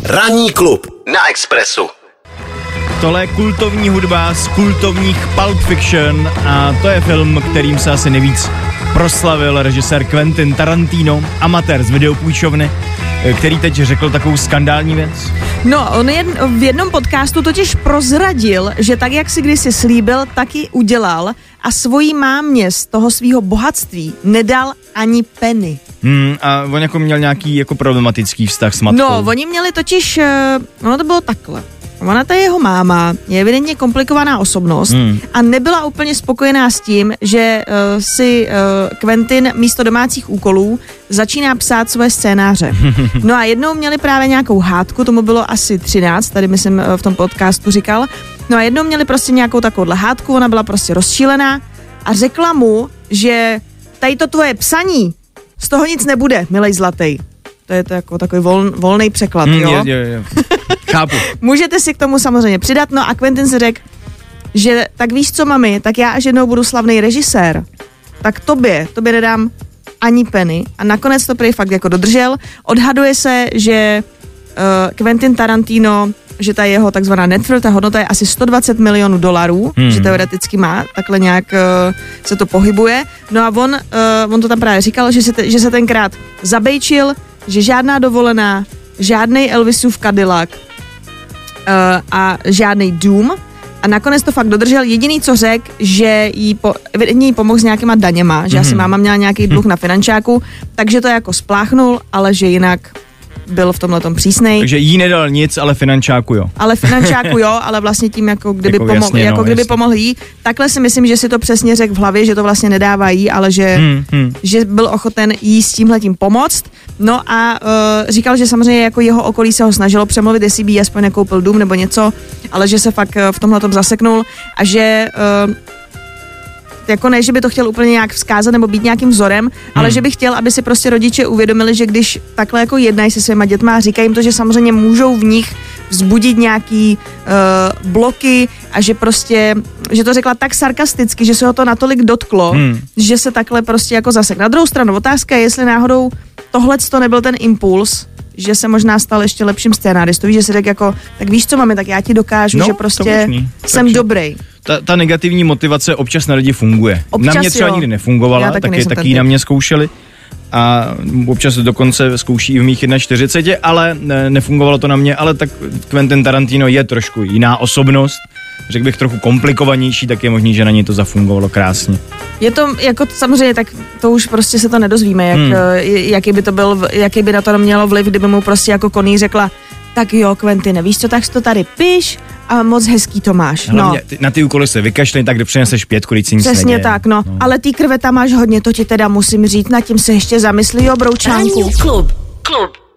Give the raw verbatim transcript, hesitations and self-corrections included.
Ranní klub na Expressu. Tohle je kultovní hudba z kultovních Pulp Fiction a to je film, kterým se asi nejvíc proslavil režisér Quentin Tarantino, amatér z videopůjčovny, který teď řekl takovou skandální věc. No, on jed, v jednom podcastu totiž prozradil, že tak, jak si kdysi slíbil, taky udělal a svojí mámě z toho svýho bohatství nedal ani penny. Hmm, a on jako měl nějaký jako problematický vztah s matkou. No, oni měli totiž, no to bylo takhle. Ona, ta jeho máma, je evidentně komplikovaná osobnost hmm. a nebyla úplně spokojená s tím, že uh, si uh, Quentin místo domácích úkolů začíná psát svoje scénáře. No a jednou měli právě nějakou hádku, tomu bylo asi třináct, tady myslím uh, v tom podcastu říkal. No a jednou měli prostě nějakou takovouhle hádku, ona byla prostě rozčílená a řekla mu, že tady to tvoje psaní, z toho nic nebude, milej zlatej. To je to jako takový vol, volný překlad, mm, jo? Je, je, je. Chápu. Můžete si k tomu samozřejmě přidat, no a Quentin si řekl, že tak víš co, mami, tak já až jednou budu slavný režisér, tak tobě, tobě nedám ani penny a nakonec to prý fakt jako dodržel. Odhaduje se, že uh, Quentin Tarantino, že ta jeho takzvaná net worth, ta hodnota je asi sto dvacet milionů dolarů, hmm. že teoreticky má, takhle nějak uh, se to pohybuje. No a on, uh, on to tam právě říkal, že se, te, že se tenkrát zabejčil, že žádná dovolená, žádnej Elvisův Cadillac uh, a žádnej dům a nakonec to fakt dodržel. Jediný, co řekl, že jí, po, evidentně jí pomohl s nějakýma daněma, že mm-hmm. asi máma měla nějaký dluh na finančáku, takže to jako spláchnul, ale že jinak byl v tomhletom přísnej. Takže jí nedal nic, ale finančáku jo. Ale finančáku jo, ale vlastně tím, jako kdyby, jako pomo- jasně, jako no, kdyby jasně. pomohl jí. Takhle si myslím, že si to přesně řekl v hlavě, že to vlastně nedává jí, ale že, hmm, hmm. že byl ochoten jí s tímhletím pomoct. No a uh, říkal, že samozřejmě jako jeho okolí se ho snažilo přemluvit, jestli by jí aspoň nekoupil dům nebo něco, ale že se fakt uh, v tomhletom zaseknul a že uh, jako ne, že by to chtěl úplně nějak vzkázat nebo být nějakým vzorem, hmm. ale že by chtěl, aby si prostě rodiče uvědomili, že když takhle jako jednají se svýma dětma a říkají jim to, že samozřejmě můžou v nich vzbudit nějaký uh, bloky a že prostě, že to řekla tak sarkasticky, že se ho to natolik dotklo, hmm. že se takhle prostě jako zasek. Na druhou stranu otázka je, jestli náhodou tohleto nebyl ten impuls, že se možná stal ještě lepším scénáristou, že si řekl jako, tak víš co, mami, tak já ti dokážu, no, že prostě jsem Takže dobrý. Ta, ta negativní motivace občas na lidi funguje. Občas na mě třeba jo. nikdy nefungovala, taky taky, taky ji na mě zkoušeli a občas dokonce zkouší i v mých čtyřicet jedna, ale ne, nefungovalo to na mě, ale tak Quentin Tarantino je trošku jiná osobnost, řekl bych trochu komplikovanější, tak je možný, že na něj to zafungovalo krásně. Je to jako samozřejmě, tak to už prostě se to nedozvíme, jak, hmm. jaký by to byl, jaký by na to mělo vliv, kdyby mu prostě jako Connie řekla, tak jo, Quentin, nevíš co, tak to tady piš a moc hezký to máš. Hlavně, no. ty, na ty úkoly se vykašlej, tak kdy přineseš pětku, když si nic Přesně neděje. tak, no. no. Ale ty krve tam máš hodně, to ti teda musím říct, nad tím se ještě zamyslí, jo, broučánku. Ranní klub. Klub.